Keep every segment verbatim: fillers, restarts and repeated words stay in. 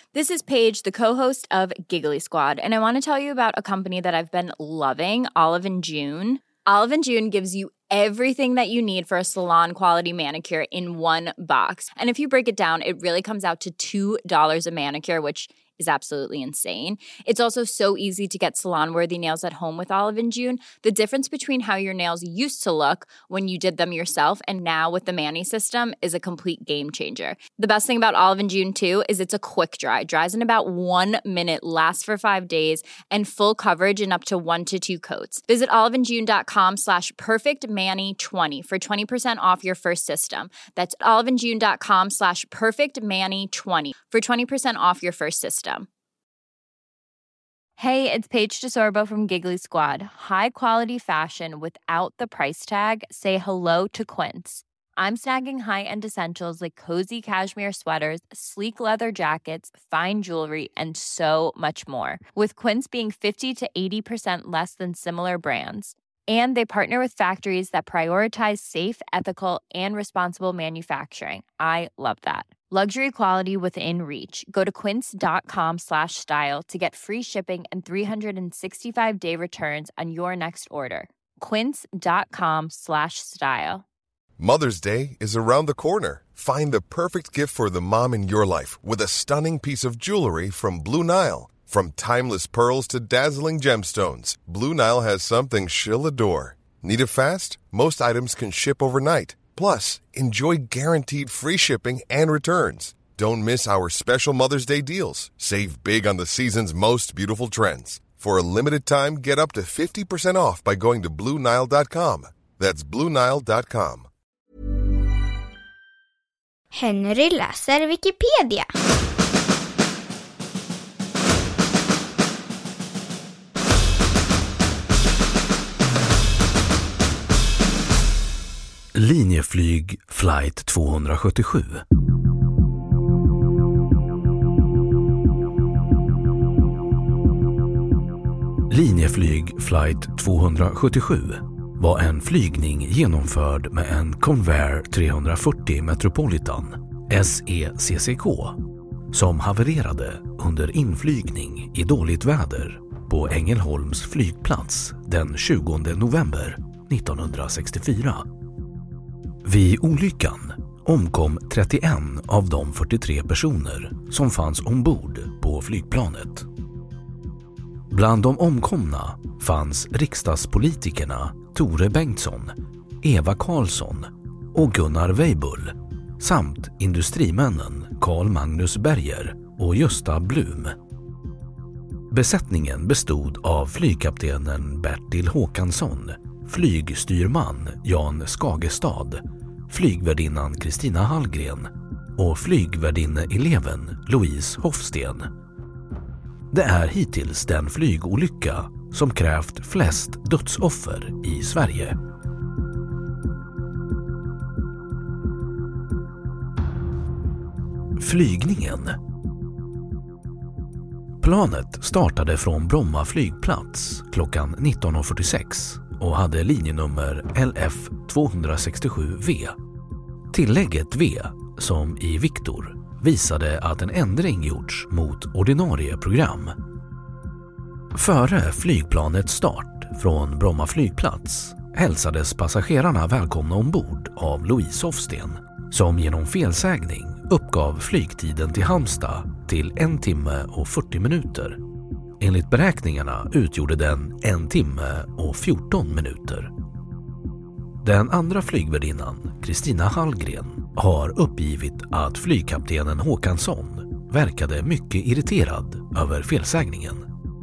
This is Paige, the co-host of Giggly Squad, and I want to tell you about a company that I've been loving, Olive and June. Olive and June gives you everything that you need for a salon-quality manicure in one box. And if you break it down, it really comes out to two dollars a manicure, which is absolutely insane. It's also so easy to get salon-worthy nails at home with Olive and June. The difference between how your nails used to look when you did them yourself and now with the Mani system is a complete game changer. The best thing about Olive and June, too, is it's a quick dry. Dries in about one minute, lasts for five days, and full coverage in up to one to two coats. Visit oliveandjune.com slash perfectmani20 for twenty percent off your first system. That's oliveandjune.com slash perfectmani20 for twenty percent off your first system. Hey, it's Paige DeSorbo from Giggly Squad. High quality fashion without the price tag. Say hello to Quince. I'm snagging high-end essentials like cozy cashmere sweaters, sleek leather jackets, fine jewelry, and so much more. With Quince being fifty to eighty percent less than similar brands. And they partner with factories that prioritize safe, ethical, and responsible manufacturing. I love that. Luxury quality within reach. Go to quince.com slash style to get free shipping and three sixty-five day returns on your next order. Quince.com slash style. Mother's Day is around the corner. Find the perfect gift for the mom in your life with a stunning piece of jewelry from Blue Nile. From timeless pearls to dazzling gemstones, Blue Nile has something she'll adore. Need it fast? Most items can ship overnight. Plus, enjoy guaranteed free shipping and returns. Don't miss our special Mother's Day deals. Save big on the season's most beautiful trends. For a limited time, get up to fifty percent off by going to blue nile dot com. That's blue nile dot com. Henry läser Wikipedia. Linjeflyg flight tvåhundrasjuttiosju. Linjeflyg flight tvåhundrasjuttiosju var en flygning genomförd med en Convair trehundrafyrtio Metropolitan S E C C K som havererade under inflygning i dåligt väder på Ängelholms flygplats den tjugonde november nittonhundrasextiofyra. Vid olyckan omkom trettioen av de fyrtiotre personer som fanns ombord på flygplanet. Bland de omkomna fanns riksdagspolitikerna Tore Bengtsson, Eva Karlsson och Gunnar Weibull samt industrimännen Carl Magnus Berger och Gösta Blum. Besättningen bestod av flygkaptenen Bertil Håkansson, flygstyrman Jan Skagestad, flygvärdinnan Kristina Hallgren och flygvärdinneeleven Louise Hofsten. Det är hittills den flygolycka som krävt flest dödsoffer i Sverige. Flygningen. Planet startade från Bromma flygplats klockan nitton fyrtiosex och hade linjenummer L F tvåhundrasextiosju V. Tillägget V, som i Victor, visade att en ändring gjorts mot ordinarie program. Före flygplanets start från Bromma flygplats hälsades passagerarna välkomna ombord av Louise Hofsten, som genom felsägning uppgav flygtiden till Halmstad till en timme och fyrtio minuter. Enligt beräkningarna utgjorde den en timme och fjorton minuter. Den andra flygvärdinnan, Kristina Hallgren, har uppgivit att flygkaptenen Håkansson verkade mycket irriterad över felsägningen.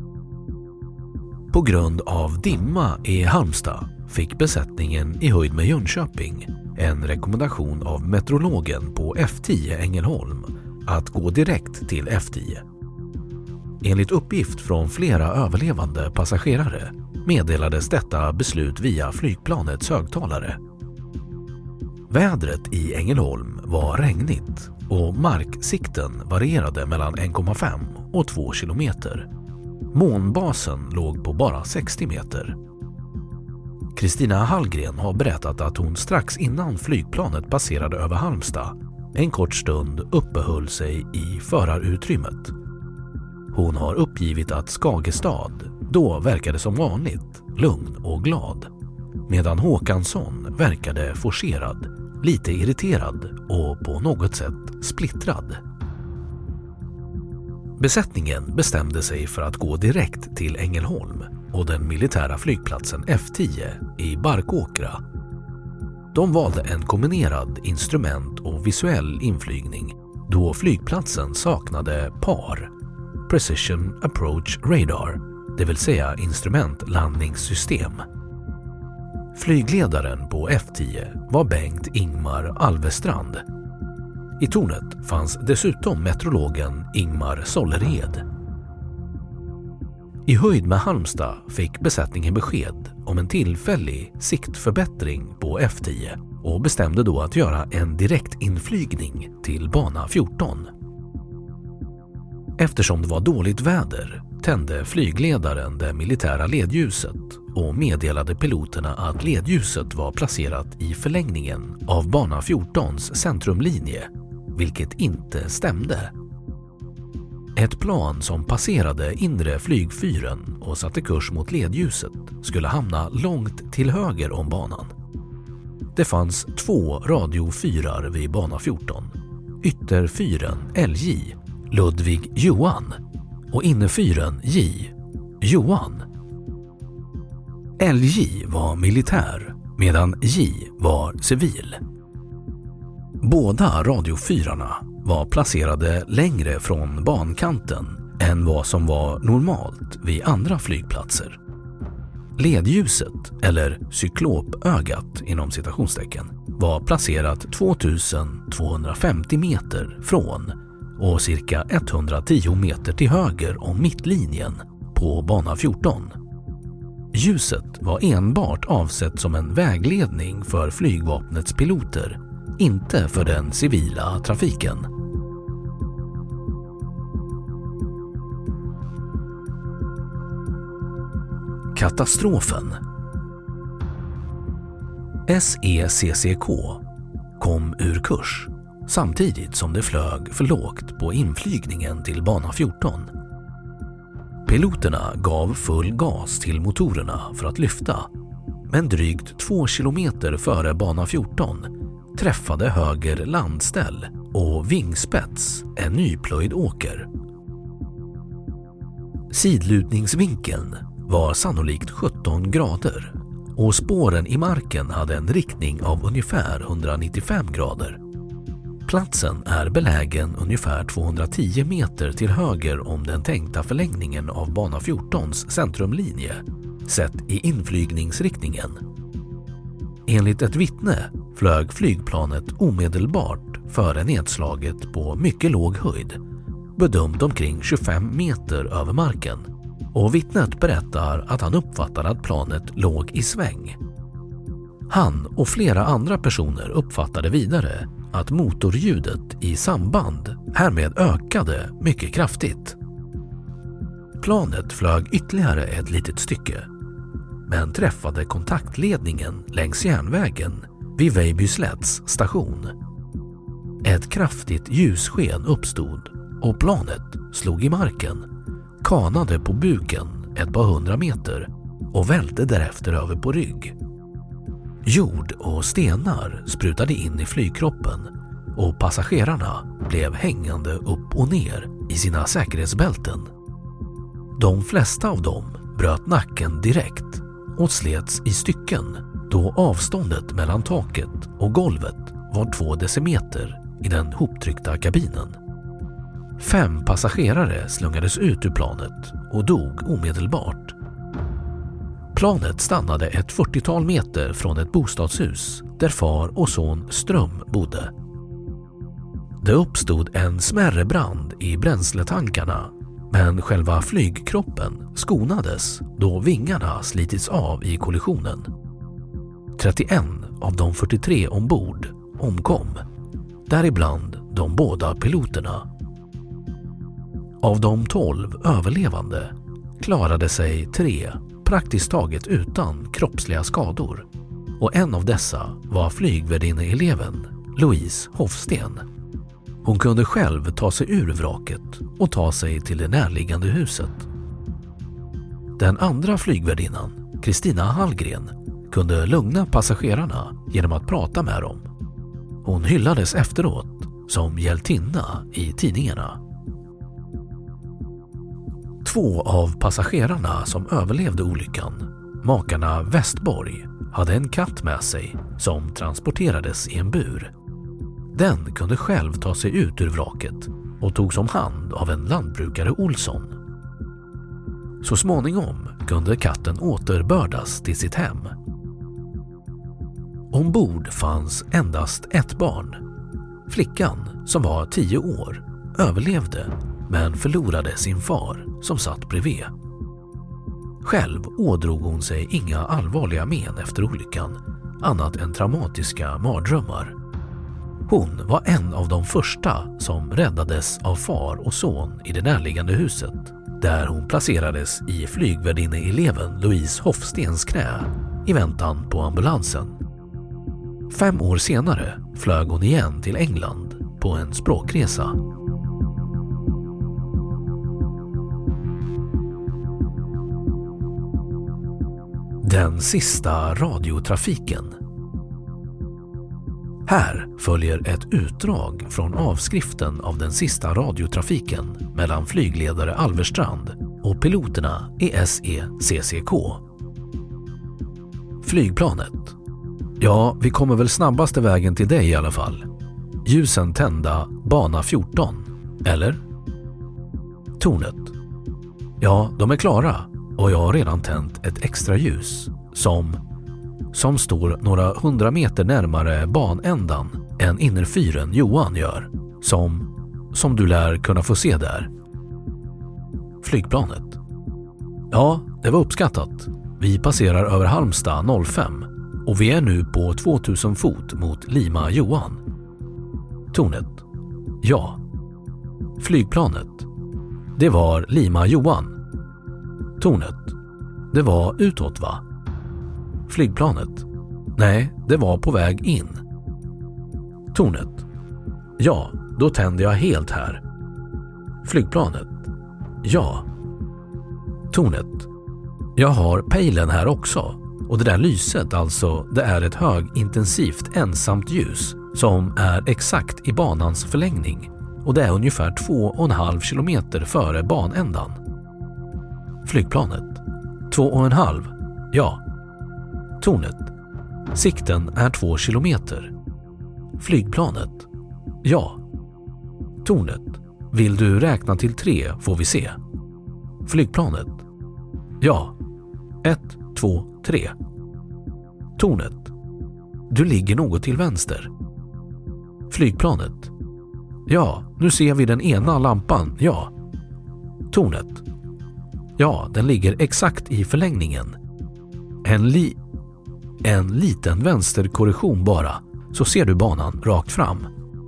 På grund av dimma i Halmstad fick besättningen i höjd med Jönköping en rekommendation av meteorologen på F tio Ängelholm att gå direkt till F tio. Enligt uppgift från flera överlevande passagerare meddelades detta beslut via flygplanets högtalare. Vädret i Ängelholm var regnigt och marksikten varierade mellan en komma fem och två kilometer. Månbasen låg på bara sextio meter. Kristina Hallgren har berättat att hon strax innan flygplanet passerade över Halmstad en kort stund uppehöll sig i förarutrymmet Hon har uppgivit att Skagestad då verkade som vanligt, lugn och glad, medan Håkansson verkade forcerad, lite irriterad och på något sätt splittrad. Besättningen bestämde sig för att gå direkt till Ängelholm och den militära flygplatsen F tio i Barkåkra. De valde en kombinerad instrument- och visuell inflygning då flygplatsen saknade P A R, Precision Approach Radar, det vill säga instrumentlandningssystem. Flygledaren på F tio var Bengt Ingmar Alvestrand. I tornet fanns dessutom meteorologen Ingmar Sollered. I höjd med Halmstad fick besättningen besked om en tillfällig siktförbättring på F tio och bestämde då att göra en direktinflygning till bana fjorton. Eftersom det var dåligt väder tände flygledaren det militära ledljuset och meddelade piloterna att ledljuset var placerat i förlängningen av bana fjortons centrumlinje, vilket inte stämde. Ett plan som passerade inre flygfyren och satte kurs mot ledljuset skulle hamna långt till höger om banan. Det fanns två radiofyrar vid bana fjorton. Ytterfyren L J, Ludvig Johan, och innerfyren J, Johan. L J var militär medan J var civil. Båda radiofyrarna var placerade längre från bankanten än vad som var normalt vid andra flygplatser. Ledljuset, eller cyklopögat inom citationstecken, var placerat tvåtusen-tvåhundrafemtio meter från och cirka etthundratio meter till höger om mittlinjen på bana fjorton. Ljuset var enbart avsett som en vägledning för flygvapnets piloter, inte för den civila trafiken. Katastrofen. S E C C K kom ur kurs samtidigt som det flög för lågt på inflygningen till bana fjorton. Piloterna gav full gas till motorerna för att lyfta, men drygt två kilometer före bana fjorton träffade höger landställ och vingspets en nyplöjd åker. Sidlutningsvinkeln var sannolikt sjutton grader och spåren i marken hade en riktning av ungefär etthundranittiofem grader. Platsen är belägen ungefär tvåhundratio meter till höger om den tänkta förlängningen av bana fjortons centrumlinje, sett i inflygningsriktningen. Enligt ett vittne flög flygplanet omedelbart före nedslaget på mycket låg höjd, bedömt omkring tjugofem meter över marken, och vittnet berättar att han uppfattar att planet låg i sväng. Han och flera andra personer uppfattade vidare att motorljudet i samband härmed ökade mycket kraftigt. Planet flög ytterligare ett litet stycke, men träffade kontaktledningen längs järnvägen vid Vejbyslätts station. Ett kraftigt ljussken uppstod och planet slog i marken, kanade på buken ett par hundra meter och välte därefter över på rygg. Jord och stenar sprutade in i flygkroppen och passagerarna blev hängande upp och ner i sina säkerhetsbälten. De flesta av dem bröt nacken direkt och slets i stycken då avståndet mellan taket och golvet var två decimeter i den hoptryckta kabinen. Fem passagerare slungades ut ur planet och dog omedelbart. Planet stannade ett fyrtiotal meter från ett bostadshus där far och son Ström bodde. Det uppstod en smärre brand i bränsletankarna, men själva flygkroppen skonades då vingarna slitits av i kollisionen. trettioen av de fyrtiotre ombord omkom, däribland de båda piloterna. Av de tolv överlevande klarade sig tre praktiskt taget utan kroppsliga skador, och en av dessa var flygvärdinneeleven Louise Hofsten. Hon kunde själv ta sig ur vraket och ta sig till det närliggande huset. Den andra flygvärdinnan, Kristina Hallgren, kunde lugna passagerarna genom att prata med dem. Hon hyllades efteråt som hjältinna i tidningarna. Två av passagerarna som överlevde olyckan, makarna Westborg, hade en katt med sig som transporterades i en bur. Den kunde själv ta sig ut ur vraket och togs om hand av en lantbrukare Olsson. Så småningom kunde katten återbördas till sitt hem. Ombord fanns endast ett barn. Flickan, som var tio år, överlevde men förlorade sin far som satt bredvid. Själv ådrog hon sig inga allvarliga men efter olyckan, annat än traumatiska mardrömmar. Hon var en av de första som räddades av far och son i det närliggande huset, där hon placerades i flygvärdinneeleven Louise Hofstens knä i väntan på ambulansen. Fem år senare flög hon igen till England på en språkresa. Den sista radiotrafiken. Här följer ett utdrag från avskriften av den sista radiotrafiken mellan flygledare Alverstrand och piloterna i S E C C K. Flygplanet. Ja, vi kommer väl snabbaste vägen till dig i alla fall. Ljusen tända, bana fjorton, eller? Tornet. Ja, de är klara och jag har redan tänt ett extra ljus som... som står några hundra meter närmare banändan än innerfyren Johan gör, som, som du lär kunna få se där. Flygplanet. Ja, det var uppskattat. Vi passerar över Halmstad noll fem och vi är nu på tvåtusen fot mot Lima Johan. Tornet. Ja. Flygplanet. Det var Lima Johan. Tornet. Det var utåt, va? Flygplanet. Nej, det var på väg in. Tornet. Ja, då tände jag helt här. Flygplanet. Ja. Tornet. Jag har pejlen här också. Och det där lyset, alltså, det är ett högintensivt ensamt ljus som är exakt i banans förlängning. Och det är ungefär två och en halv kilometer före banändan. Flygplanet. Två och en halv. Ja. Tornet. Sikten är två kilometer. Flygplanet. Ja. Tornet. Vill du räkna till tre får vi se. Flygplanet. Ja. Ett, två, tre. Tornet. Du ligger något till vänster. Flygplanet. Ja, nu ser vi den ena lampan, ja. Tornet. Ja, den ligger exakt i förlängningen. En li... En liten vänsterkorrektion bara, så ser du banan rakt fram.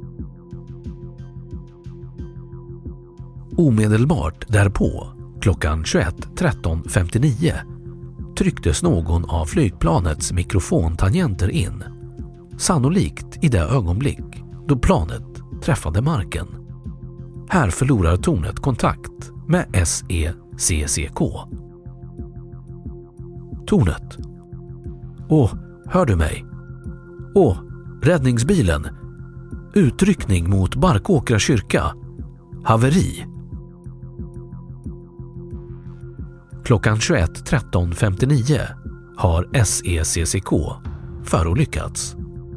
Omedelbart därpå, klockan tjugoett tretton femtionio, trycktes någon av flygplanets mikrofontangenter in. Sannolikt i det ögonblick då planet träffade marken. Här förlorar tornet kontakt med S E C C K. Tornet. Åh, hör du mig? Åh, räddningsbilen. Utryckning mot Barkåkra kyrka. Haveri. Klockan tjugoett tretton femtionio har S E C C K förolyckats.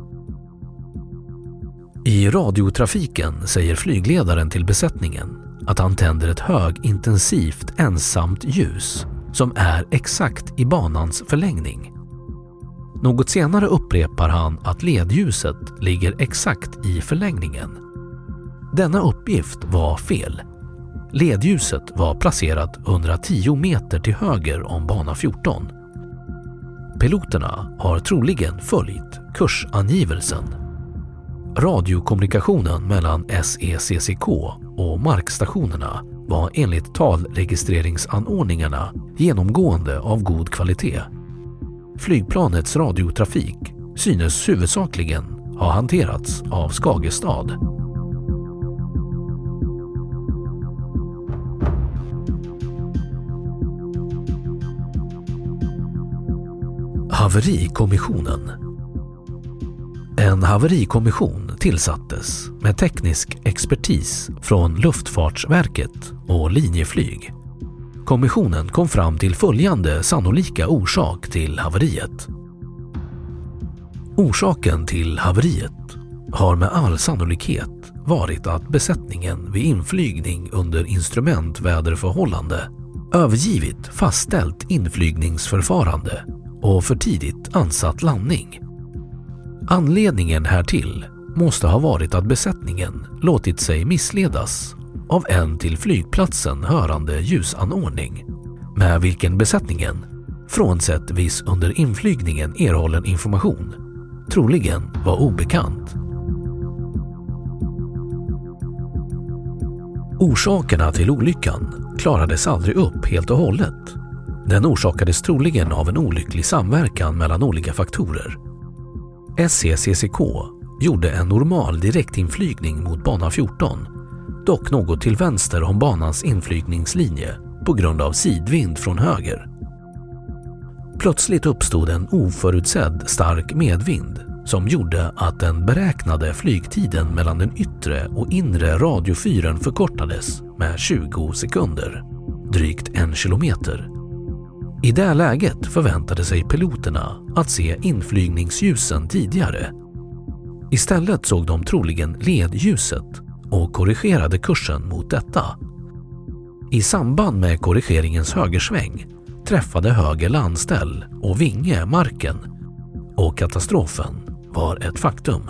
I radiotrafiken säger flygledaren till besättningen att han tänder ett högintensivt ensamt ljus som är exakt i banans förlängning. Något senare upprepar han att ledljuset ligger exakt i förlängningen. Denna uppgift var fel. Ledljuset var placerat hundratio meter till höger om bana fjorton. Piloterna har troligen följt kursangivelsen. Radiokommunikationen mellan S E C C K och markstationerna var enligt talregistreringsanordningarna genomgående av god kvalitet. Flygplanets radiotrafik synes huvudsakligen ha hanterats av Skagestad. Haverikommissionen. En haverikommission tillsattes med teknisk expertis från Luftfartsverket och Linjeflyg. Kommissionen kom fram till följande sannolika orsak till haveriet. Orsaken till haveriet har med all sannolikhet varit att besättningen vid inflygning under instrumentväderförhållande övergivit fastställt inflygningsförfarande och för tidigt ansatt landning. Anledningen härtill måste ha varit att besättningen låtit sig missledas av en till flygplatsen hörande ljusanordning, med vilken besättningen, frånsett viss under inflygningen erhållen information, troligen var obekant. Orsakerna till olyckan klarades aldrig upp helt och hållet. Den orsakades troligen av en olycklig samverkan mellan olika faktorer. S C C C K gjorde en normal direktinflygning mot bana fjorton, dock något till vänster om banans inflygningslinje på grund av sidvind från höger. Plötsligt uppstod en oförutsedd stark medvind som gjorde att den beräknade flygtiden mellan den yttre och inre radiofyren förkortades med tjugo sekunder, drygt en kilometer. I det läget förväntade sig piloterna att se inflygningsljusen tidigare. Istället såg de troligen ledljuset och korrigerade kursen mot detta. I samband med korrigeringens högersväng träffade höger landställ och vinge marken och katastrofen var ett faktum.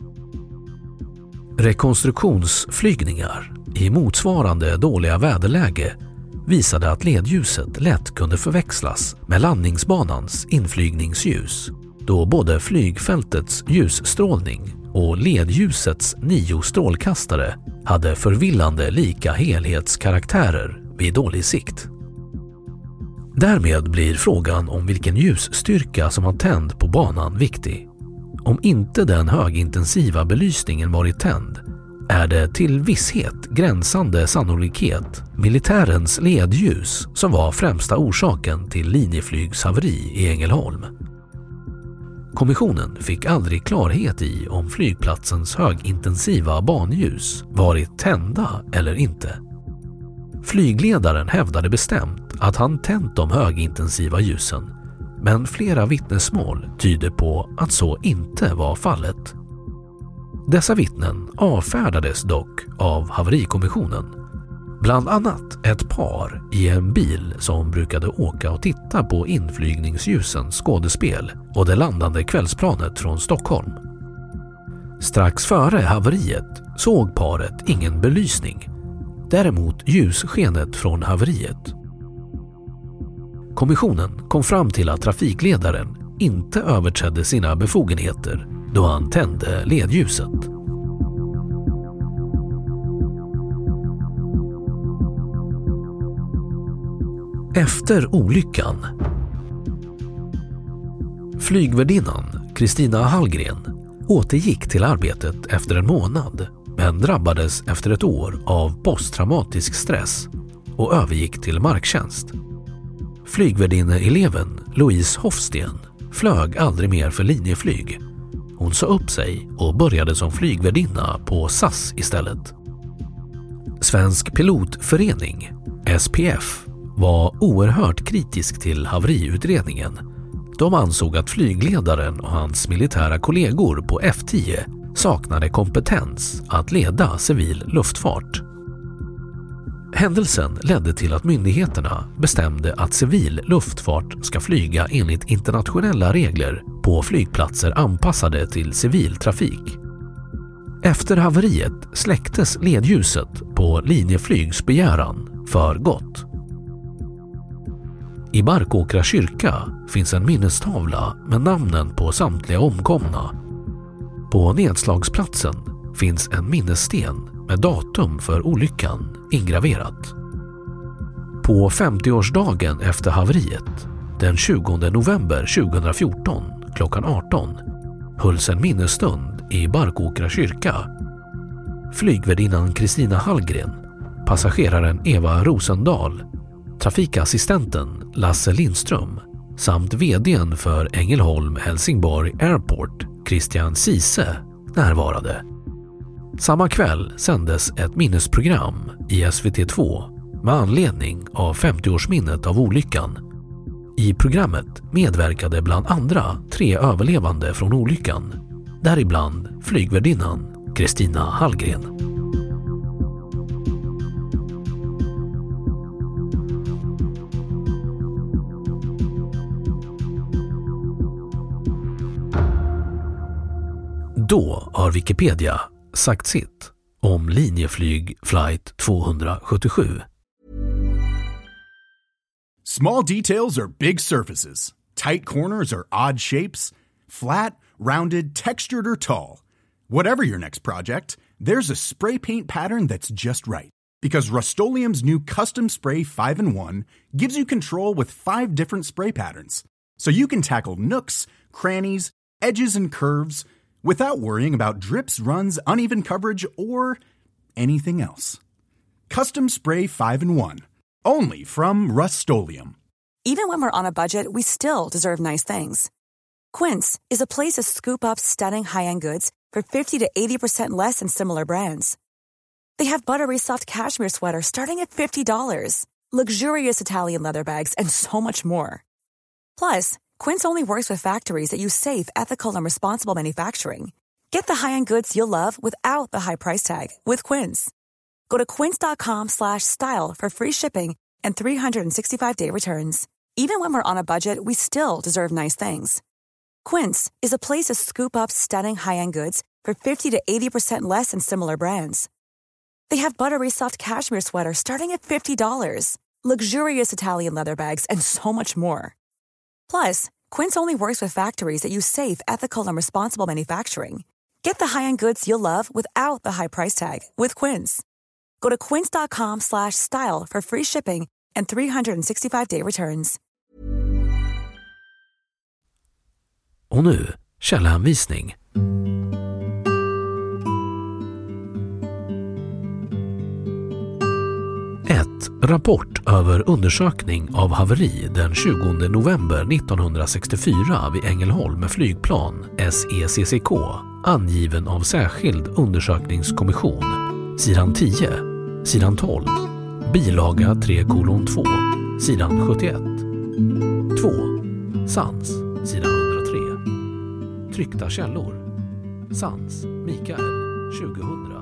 Rekonstruktionsflygningar i motsvarande dåliga väderläge visade att ledljuset lätt kunde förväxlas med landningsbanans inflygningsljus, då både flygfältets ljusstrålning och ledljusets nio strålkastare hade förvillande lika helhetskaraktärer vid dålig sikt. Därmed blir frågan om vilken ljusstyrka som har tänd på banan viktig. Om inte den högintensiva belysningen varit tänd är det till visshet gränsande sannolikhet militärens ledljus som var främsta orsaken till Linjeflygs haveri i Ängelholm. Kommissionen fick aldrig klarhet i om flygplatsens högintensiva banljus varit tända eller inte. Flygledaren hävdade bestämt att han tänt de högintensiva ljusen, men flera vittnesmål tyder på att så inte var fallet. Dessa vittnen avfärdades dock av haverikommissionen. Bland annat ett par i en bil som brukade åka och titta på inflygningsljusens skådespel och det landande kvällsplanet från Stockholm. Strax före haveriet såg paret ingen belysning, däremot ljusskenet från haveriet. Kommissionen kom fram till att trafikledaren inte överträdde sina befogenheter då han tände ledljuset. Efter olyckan. Flygvärdinnan Kristina Hallgren återgick till arbetet efter en månad, men drabbades efter ett år av posttraumatisk stress och övergick till marktjänst. Flygvärdinneeleven Louise Hofsten flög aldrig mer för Linjeflyg. Hon sa upp sig och började som flygvärdinna på S A S istället. Svensk pilotförening, S P F, var oerhört kritisk till haveriutredningen. De ansåg att flygledaren och hans militära kollegor på F tio saknade kompetens att leda civil luftfart. Händelsen ledde till att myndigheterna bestämde att civil luftfart ska flyga enligt internationella regler på flygplatser anpassade till civil trafik. Efter haveriet släcktes ledljuset på Linjeflygs begäran för gott. I Barkåkra kyrka finns en minnestavla med namnen på samtliga omkomna. På nedslagsplatsen finns en minnessten med datum för olyckan ingraverat. På femtioårsdagen efter haveriet, den tjugonde november tjugohundrafjorton klockan arton, hölls en minnesstund i Barkåkra kyrka. Flygvärdinnan Kristina Hallgren, passageraren Eva Rosendahl, trafikassistenten Lasse Lindström samt vd:n för Ängelholm Helsingborg Airport, Christian Sise, närvarade. Samma kväll sändes ett minnesprogram i S V T två med anledning av femtioårsminnet av olyckan. I programmet medverkade bland andra tre överlevande från olyckan, däribland flygvärdinnan Kristina Hallgren. Då har Wikipedia sagt sitt om Linjeflyg flight tvåhundrasjuttiosju. Small details are big surfaces. Tight corners are odd shapes. Flat, rounded, textured, or tall. Whatever your next project, there's a spray paint pattern that's just right. Because Rust-Oleum's new Custom Spray five in one gives you control with five different spray patterns. So you can tackle nooks, crannies, edges, and curves without worrying about drips, runs, uneven coverage, or anything else. Custom Spray five in one. Only from Rust-Oleum. Even when we're on a budget, we still deserve nice things. Quince is a place to scoop up stunning high-end goods for fifty to eighty percent less than similar brands. They have buttery soft cashmere sweaters starting at fifty dollars, luxurious Italian leather bags, and so much more. Plus, Quince only works with factories that use safe, ethical, and responsible manufacturing. Get the high-end goods you'll love without the high price tag with Quince. Go to quince.com slash style for free shipping and three sixty-five day returns. Even when we're on a budget, we still deserve nice things. Quince is a place to scoop up stunning high-end goods for fifty to eighty percent less than similar brands. They have buttery soft cashmere sweaters starting at fifty dollars, luxurious Italian leather bags, and so much more. Plus, Quince only works with factories that use safe, ethical, and responsible manufacturing. Get the high-end goods you'll love without the high price tag with Quince. Go to quince.com slash style for free shipping and three sixty-five day returns. Och nu, källhänvisning. ett. Rapport över undersökning av haveri den tjugonde november nittonhundrasextiofyra vid Ängelholm med flygplan S E C C K, angiven av särskild undersökningskommission. Sidan tio, sidan tolv, bilaga tre kolon två, sidan sjuttioett. två. Sans, sidan hundratre. Tryckta källor. Sans, Mikael, tjugohundra.